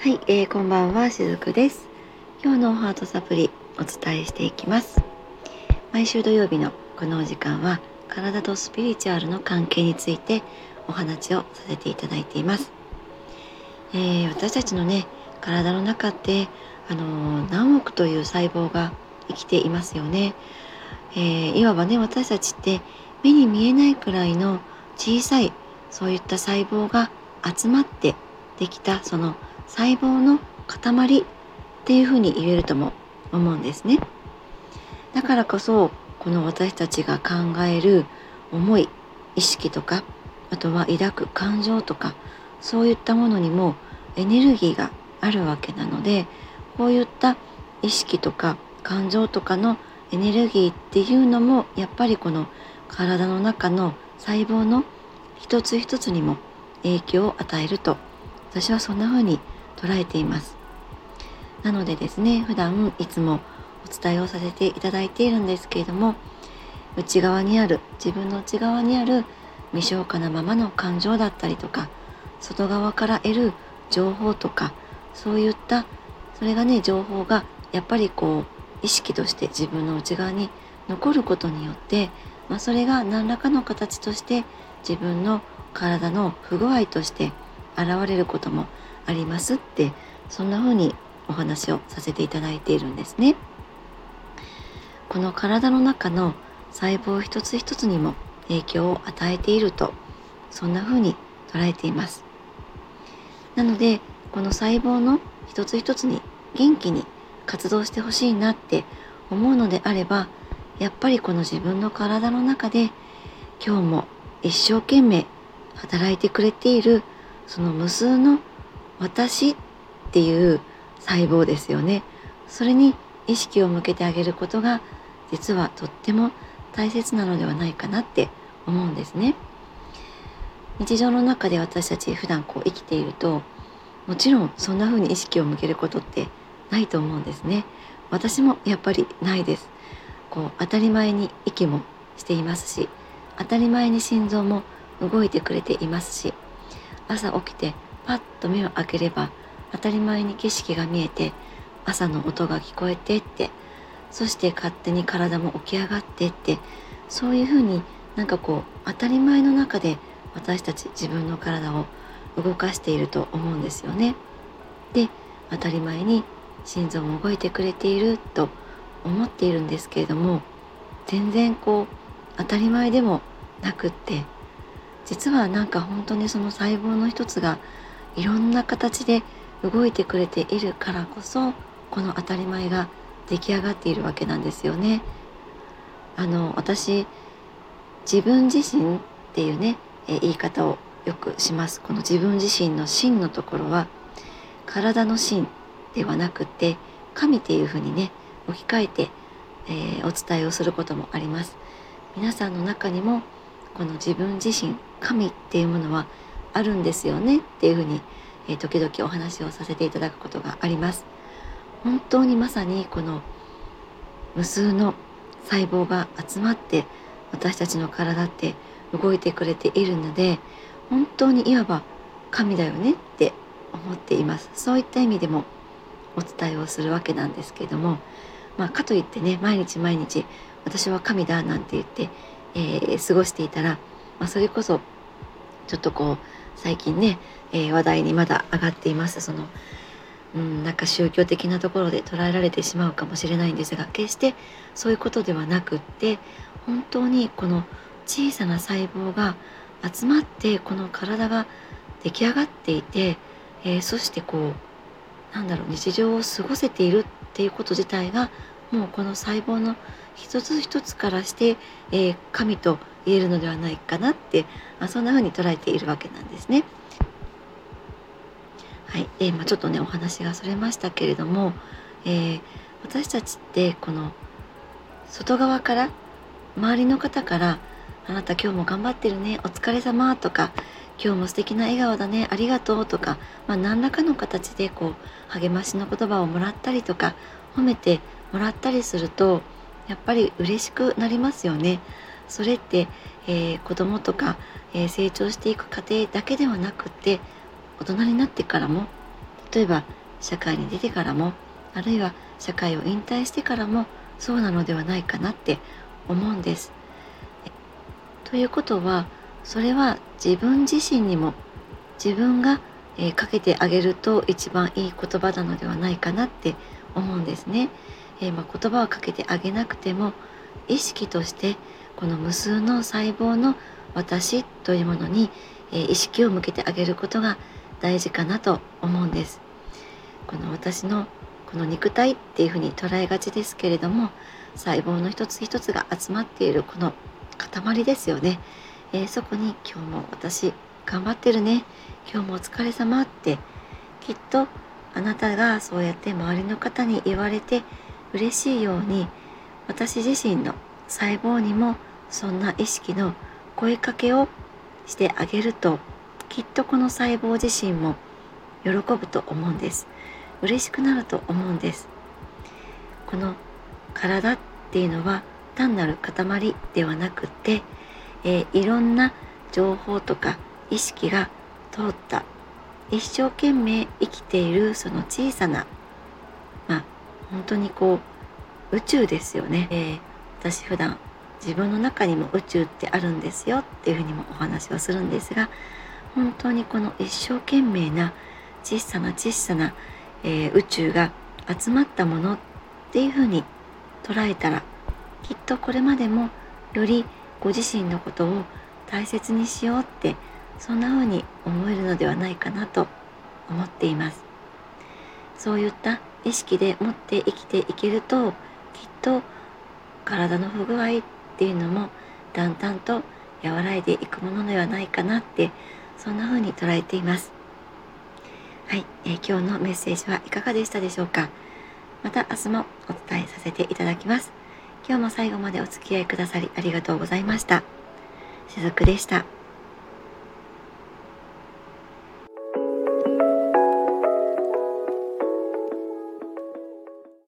はい、こんばんは、しずくです。今日のハートサプリお伝えしていきます。毎週土曜日のこのお時間は体とスピリチュアルの関係についてお話をさせていただいています。私たちのね、体の中って何億という細胞が生きていますよね。いわばね、私たちって目に見えないくらいの小さいそういった細胞が集まってできたその細胞の塊っていうふうに言えるとも思うんですね。だからこそこの私たちが考える思い、意識とか、あとは抱く感情とか、そういったものにもエネルギーがあるわけなので、こういった意識とか感情とかのエネルギーっていうのもやっぱりこの体の中の細胞の一つ一つにも影響を与えると、私はそんな風に捉えています。なのでですね、普段いつもお伝えをさせていただいているんですけれども、内側にある、自分の内側にある未消化なままの感情だったりとか、外側から得る情報とか、そういったそれがね、情報がやっぱりこう意識として自分の内側に残ることによって、それが何らかの形として自分の体の不具合として現れることもありますって、そんな風にお話をさせていただいているんですね。この体の中の細胞一つ一つにも影響を与えていると、そんな風に捉えています。なのでこの細胞の一つ一つに元気に活動してほしいなって思うのであれば、やっぱりこの自分の体の中で今日も一生懸命働いてくれているその無数の私っていう細胞ですよね。それに意識を向けてあげることが実はとっても大切なのではないかなって思うんですね。日常の中で私たち普段こう生きていると、もちろんそんな風に意識を向けることってないと思うんですね。私もやっぱりないです。こう当たり前に息もしていますし、当たり前に心臓も動いてくれていますし、朝起きてパッと目を開ければ当たり前に景色が見えて、朝の音が聞こえてって、そして勝手に体も起き上がってって、そういうふうになんかこう当たり前の中で私たち自分の体を動かしていると思うんですよね。で、当たり前に心臓も動いてくれていると思っているんですけれども、全然こう当たり前でもなくって、実はなんか本当にその細胞の一つがいろんな形で動いてくれているからこそ、この当たり前が出来上がっているわけなんですよね。私、自分自身っていうね、言い方をよくします。この自分自身の真のところは、体の真ではなくて、神っていうふうにね、置き換えて、お伝えをすることもあります。皆さんの中にも、この自分自身、神っていうものはあるんですよねっていうふうに、時々お話をさせていただくことがあります。本当にまさにこの無数の細胞が集まって私たちの体って動いてくれているので、本当にいわば神だよねって思っています。そういった意味でもお伝えをするわけなんですけれども、かといってね、毎日毎日私は神だなんて言って、過ごしていたら、それこそちょっとこう最近ね、話題にまだ上がっていますその、なんか宗教的なところで捉えられてしまうかもしれないんですが、決してそういうことではなくって、本当にこの小さな細胞が集まってこの体が出来上がっていて、そしてこう日常を過ごせているっていうこと自体が、もうこの細胞の一つ一つからして、神と言えるのではないかなって、そんな風に捉えているわけなんですね。はい、ちょっとねお話がそれましたけれども、私たちってこの外側から周りの方から「あなた今日も頑張ってるね、お疲れ様」とか「今日も素敵な笑顔だね、ありがとう」とか、何らかの形でこう励ましの言葉をもらったりとか褒めてもらったりすると、やっぱり嬉しくなりますよね。それって、子供とか、成長していく過程だけではなくって、大人になってからも例えば社会に出てからも、あるいは社会を引退してからもそうなのではないかなって思うんです。ということは、それは自分自身にも自分が、かけてあげると一番いい言葉なのではないかなって思うんですね。言葉をかけてあげなくても、意識としてこの無数の細胞の私というものに、意識を向けてあげることが大事かなと思うんです。この私のこの肉体っていうふうに捉えがちですけれども、細胞の一つ一つが集まっているこの塊ですよね。そこに今日も私頑張ってるね、今日もお疲れ様って、きっとあなたがそうやって周りの方に言われて嬉しいように、私自身の細胞にもそんな意識の声かけをしてあげると、きっとこの細胞自身も喜ぶと思うんです。嬉しくなると思うんです。この体っていうのは単なる塊ではなくて、いろんな情報とか意識が通った一生懸命生きているその小さな、本当に宇宙ですよね。私普段自分の中にも宇宙ってあるんですよっていうふうにもお話をするんですが、本当にこの一生懸命な小さな小さな、宇宙が集まったものっていうふうに捉えたら、きっとこれまでもよりご自身のことを大切にしようって、そんなふうに思えるのではないかなと思っています。そういった意識で持って生きていけると、きっと体の不具合っていうのもだんだんと和らいでいくものではないかなって、そんな風に捉えています。はい、今日のメッセージはいかがでしたでしょうか。また明日もお伝えさせていただきます。今日も最後までお付き合いくださりありがとうございました。しずくでした。